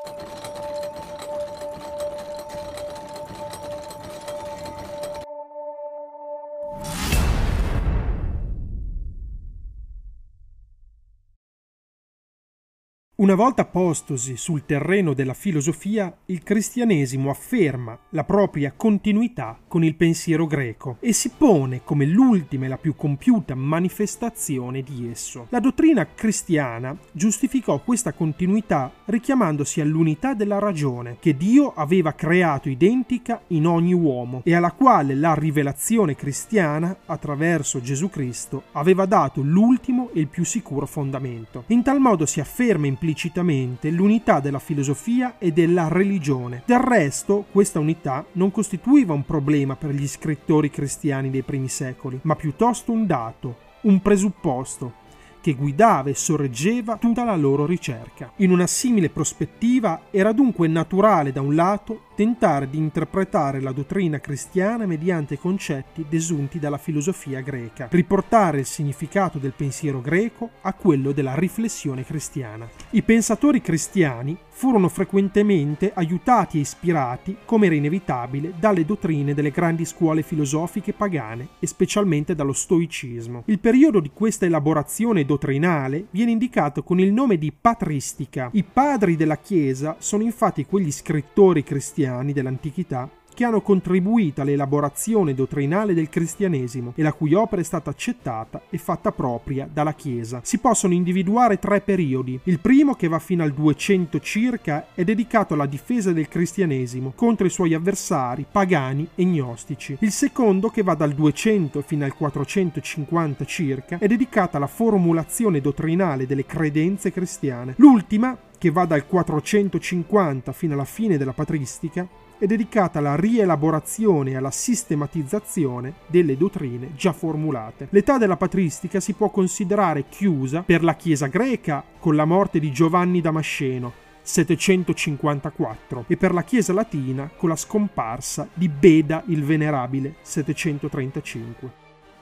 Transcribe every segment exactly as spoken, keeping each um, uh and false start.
Una volta postosi sul terreno della filosofia, il cristianesimo afferma la propria continuità con il pensiero greco e si pone come l'ultima e la più compiuta manifestazione di esso. La dottrina cristiana giustificò questa continuità richiamandosi all'unità della ragione, che Dio aveva creato identica in ogni uomo e alla quale la rivelazione cristiana, attraverso Gesù Cristo, aveva dato l'ultimo e il più sicuro fondamento. In tal modo si afferma implicitamente l'unità della filosofia e della religione. Del resto, questa unità non costituiva un problema per gli scrittori cristiani dei primi secoli, ma piuttosto un dato, un presupposto, che guidava e sorreggeva tutta la loro ricerca. In una simile prospettiva era dunque naturale, da un lato, tentare di interpretare la dottrina cristiana mediante concetti desunti dalla filosofia greca, riportare il significato del pensiero greco a quello della riflessione cristiana. I pensatori cristiani furono frequentemente aiutati e ispirati, come era inevitabile, dalle dottrine delle grandi scuole filosofiche pagane e specialmente dallo stoicismo. Il periodo di questa elaborazione dottrinale viene indicato con il nome di patristica. I padri della Chiesa sono infatti quegli scrittori cristiani dell'antichità che hanno contribuito all'elaborazione dottrinale del cristianesimo e la cui opera è stata accettata e fatta propria dalla Chiesa. Si possono individuare tre periodi. Il primo, che va fino al duecento circa, è dedicato alla difesa del cristianesimo contro i suoi avversari pagani e gnostici. Il secondo, che va dal duecento fino al quattrocentocinquanta circa, è dedicato alla formulazione dottrinale delle credenze cristiane. L'ultima, che va dal quattrocentocinquanta fino alla fine della patristica, è dedicata alla rielaborazione e alla sistematizzazione delle dottrine già formulate. L'età della patristica si può considerare chiusa per la Chiesa greca con la morte di Giovanni Damasceno, settecentocinquantaquattro, e per la Chiesa latina con la scomparsa di Beda il Venerabile, settecentotrentacinque.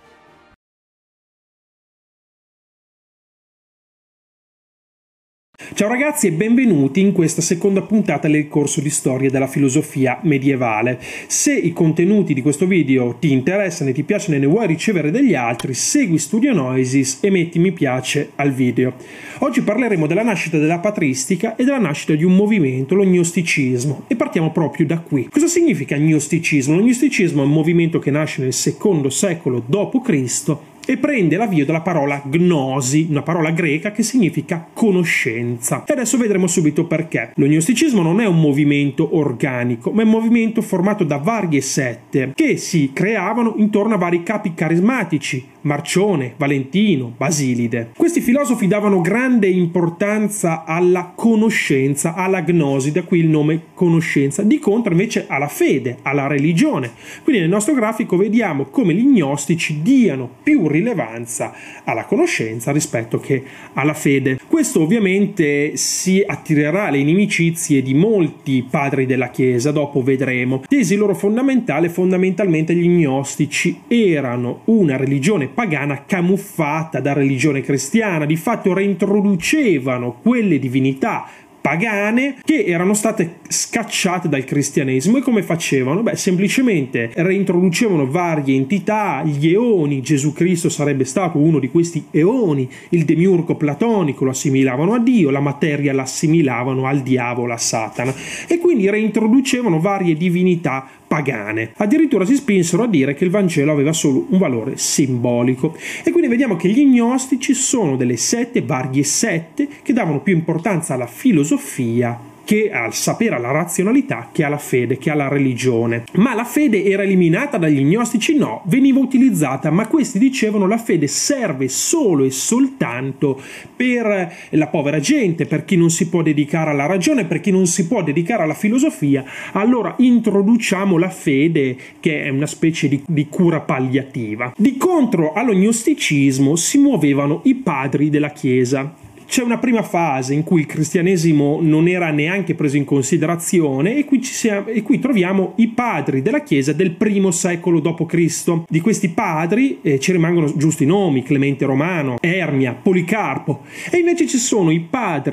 Ciao ragazzi e benvenuti in questa seconda puntata del corso di storia della filosofia medievale. Se i contenuti di questo video ti interessano e ti piacciono e ne vuoi ricevere degli altri, segui Studio Noisis e metti mi piace al video. Oggi parleremo della nascita della patristica e della nascita di un movimento, lo gnosticismo, e partiamo proprio da qui. Cosa significa gnosticismo? Lo gnosticismo è un movimento che nasce nel secondo secolo dopo Cristo e prende l'avvio dalla parola gnosi, una parola greca che significa conoscenza. E adesso vedremo subito perché. Lo gnosticismo non è un movimento organico, ma è un movimento formato da varie sette che si creavano intorno a vari capi carismatici, Marcione, Valentino, Basilide. Questi filosofi davano grande importanza alla conoscenza, alla gnosi, da qui il nome conoscenza, di contro invece alla fede, alla religione. Quindi nel nostro grafico vediamo come gli gnostici diano più rilevanza alla conoscenza rispetto che alla fede. Questo ovviamente si attirerà le inimicizie di molti padri della Chiesa, dopo vedremo. Tesi loro fondamentale, fondamentalmente gli gnostici erano una religione pagana camuffata da religione cristiana, di fatto reintroducevano quelle divinità pagane che erano state scacciate dal cristianesimo. E come facevano? Beh, semplicemente reintroducevano varie entità, gli eoni. Gesù Cristo sarebbe stato uno di questi eoni, il demiurgo platonico lo assimilavano a Dio, la materia l'assimilavano al diavolo, a Satana, e quindi reintroducevano varie divinità pagane. Addirittura si spinsero a dire che il Vangelo aveva solo un valore simbolico. E quindi vediamo che gli gnostici sono delle sette, varie sette, che davano più importanza alla filosofia che al sapere, alla razionalità, che alla fede, che alla religione. Ma la fede era eliminata dagli gnostici? No, veniva utilizzata, ma questi dicevano la fede serve solo e soltanto per la povera gente, per chi non si può dedicare alla ragione, per chi non si può dedicare alla filosofia. Allora introduciamo la fede, che è una specie di, di cura palliativa. Di contro allo gnosticismo si muovevano i padri della Chiesa. C'è una prima fase in cui il cristianesimo non era neanche preso in considerazione e qui, ci siamo, e qui troviamo i padri della Chiesa del primo secolo dopo Cristo. Di questi padri eh, ci rimangono giusti nomi: Clemente Romano, Ermia, Policarpo. E invece ci sono i padri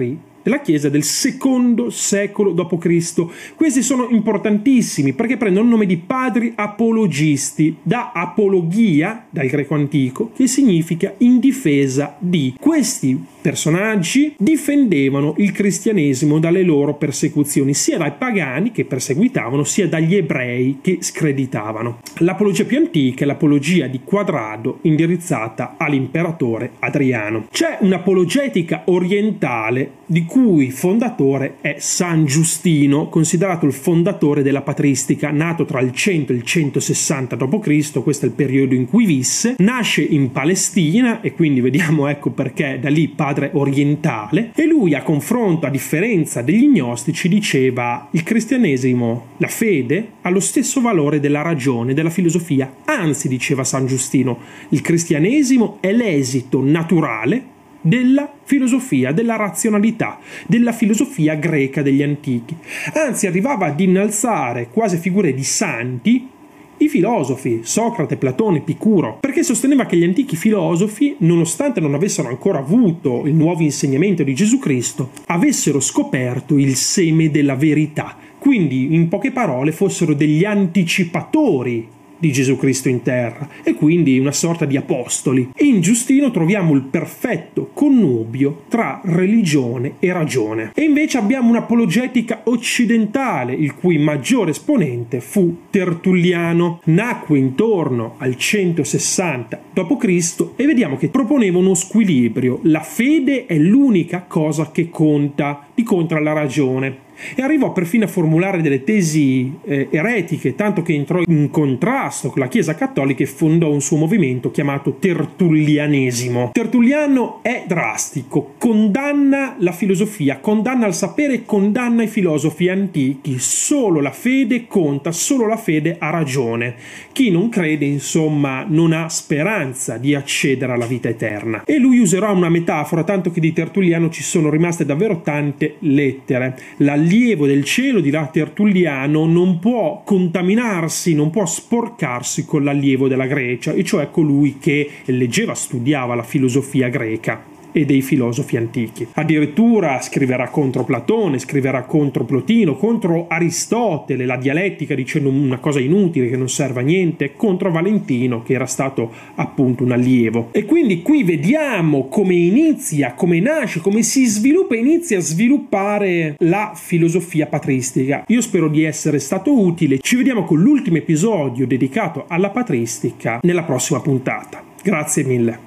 della Chiesa del secondo secolo dopo Cristo. Questi sono importantissimi perché prendono il nome di padri apologisti, da apologia, dal greco antico, che significa in difesa di. Questi personaggi difendevano il cristianesimo dalle loro persecuzioni, sia dai pagani che perseguitavano, sia dagli ebrei che screditavano. L'apologia più antica è l'apologia di Quadrado, indirizzata all'imperatore Adriano. C'è un'apologetica orientale di cui fondatore è San Giustino, considerato il fondatore della patristica, nato tra il cento e il centosessanta dopo Cristo, questo è il periodo in cui visse, nasce in Palestina e quindi vediamo ecco perché da lì padre orientale, e lui a confronto, a differenza degli gnostici, diceva il cristianesimo, la fede, ha lo stesso valore della ragione, della filosofia, anzi diceva San Giustino, il cristianesimo è l'esito naturale della filosofia, della razionalità, della filosofia greca degli antichi. Anzi, arrivava ad innalzare quasi figure di santi i filosofi, Socrate, Platone, Epicuro, perché sosteneva che gli antichi filosofi, nonostante non avessero ancora avuto il nuovo insegnamento di Gesù Cristo, avessero scoperto il seme della verità. Quindi, in poche parole, fossero degli anticipatori di Gesù Cristo in terra e quindi una sorta di apostoli. E in Giustino troviamo il perfetto connubio tra religione e ragione. E invece abbiamo un'apologetica occidentale, il cui maggiore esponente fu Tertulliano. Nacque intorno al centosessanta dopo Cristo e vediamo che proponeva uno squilibrio. La fede è l'unica cosa che conta, di contro la ragione. E arrivò perfino a formulare delle tesi eh, eretiche, tanto che entrò in contrasto con la Chiesa cattolica e fondò un suo movimento chiamato Tertullianesimo. Tertulliano è drastico, condanna la filosofia, condanna il sapere e condanna i filosofi antichi. Solo la fede conta, solo la fede ha ragione. Chi non crede, insomma, non ha speranza di accedere alla vita eterna. E lui userà una metafora, tanto che di Tertulliano ci sono rimaste davvero tante lettere. La L'allievo del cielo, dirà Tertulliano, non può contaminarsi, non può sporcarsi con l'allievo della Grecia, e cioè colui che leggeva, studiava la filosofia greca e dei filosofi antichi. Addirittura scriverà contro Platone, scriverà contro Plotino, contro Aristotele, la dialettica, dicendo una cosa inutile che non serve a niente, contro Valentino, che era stato appunto un allievo. E quindi qui vediamo come inizia, come nasce, come si sviluppa e inizia a sviluppare la filosofia patristica. Io spero di essere stato utile. Ci vediamo con l'ultimo episodio dedicato alla patristica nella prossima puntata. Grazie mille.